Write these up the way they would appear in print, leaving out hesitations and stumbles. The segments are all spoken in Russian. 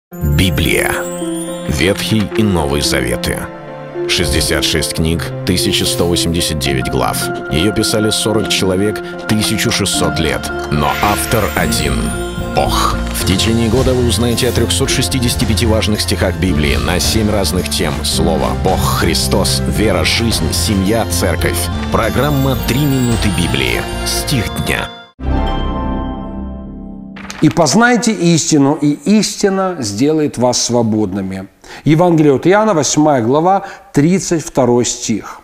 Библия. Ветхий и Новый Заветы. 66 книг, 1189 глав. Ее писали 40 человек, 1600 лет. Но автор один — Бог. В течение года вы узнаете о 365 важных стихах Библии на 7 разных тем. Слово, Бог, Христос, вера, жизнь, семья, церковь. Программа «3 минуты Библии». Стих дня. «И познайте истину, и истина сделает вас свободными». Евангелие от Иоанна, 8 глава, 32 стих.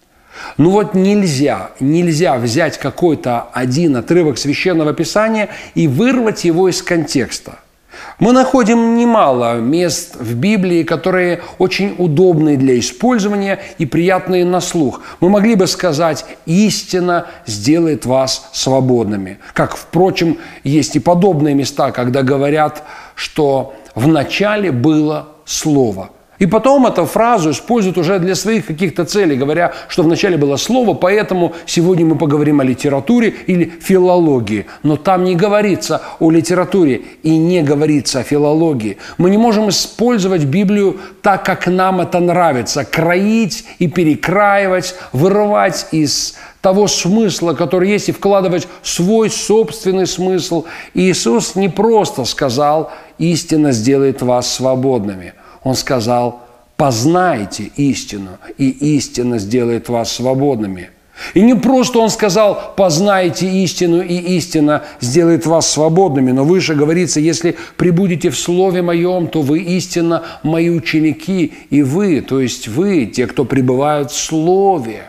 Ну вот нельзя взять какой-то один отрывок Священного Писания и вырвать его из контекста. Мы находим немало мест в Библии, которые очень удобны для использования и приятные на слух. Мы могли бы сказать: «Истина сделает вас свободными». Как, впрочем, есть и подобные места, когда говорят, что «вначале было Слово». И потом эту фразу используют уже для своих каких-то целей, говоря, что вначале было слово, поэтому сегодня мы поговорим о литературе или филологии. Но там не говорится о литературе и не говорится о филологии. Мы не можем использовать Библию так, как нам это нравится, кроить и перекраивать, вырывать из того смысла, который есть, и вкладывать свой собственный смысл. И Иисус не просто сказал: «Истина сделает вас свободными». Он сказал: «Познайте истину, и истина сделает вас свободными». И не просто Он сказал: «Познайте истину, и истина сделает вас свободными», но выше говорится: «Если пребудете в Слове Моем, то вы истинно Мои ученики». И вы, то есть вы, те, кто пребывают в Слове,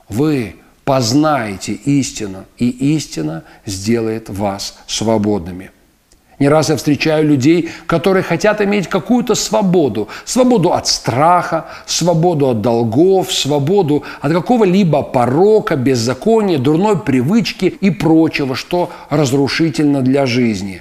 вы познаете истину, и истина сделает вас свободными. Не раз я встречаю людей, которые хотят иметь какую-то свободу. Свободу от страха, свободу от долгов, свободу от какого-либо порока, беззакония, дурной привычки и прочего, что разрушительно для жизни.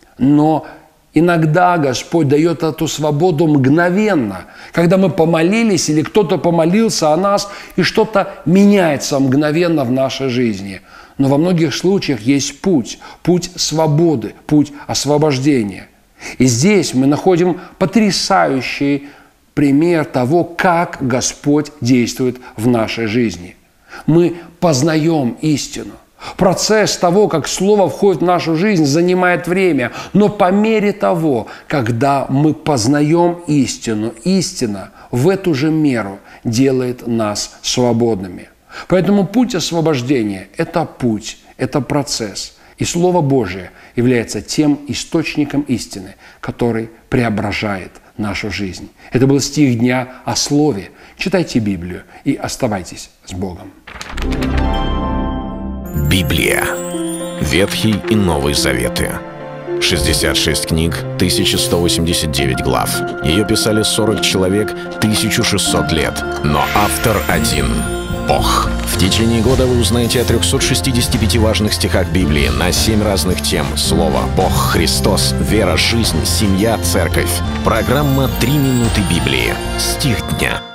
Но иногда Господь дает эту свободу мгновенно, когда мы помолились или кто-то помолился о нас, и что-то меняется мгновенно в нашей жизни. Но во многих случаях есть путь свободы, путь освобождения. И здесь мы находим потрясающий пример того, как Господь действует в нашей жизни. Мы познаем истину. Процесс того, как Слово входит в нашу жизнь, занимает время. Но по мере того, когда мы познаем истину, истина в эту же меру делает нас свободными. Поэтому путь освобождения – это путь, это процесс. И Слово Божие является тем источником истины, который преображает нашу жизнь. Это был стих дня о Слове. Читайте Библию и оставайтесь с Богом. Библия. Ветхий и Новый Заветы. 66 книг, 1189 глав. Ее писали 40 человек, 1600 лет. Но автор один — Бог. В течение года вы узнаете о 365 важных стихах Библии на 7 разных тем. Слово, Бог, Христос, вера, жизнь, семья, церковь. Программа «3 минуты Библии». Стих дня.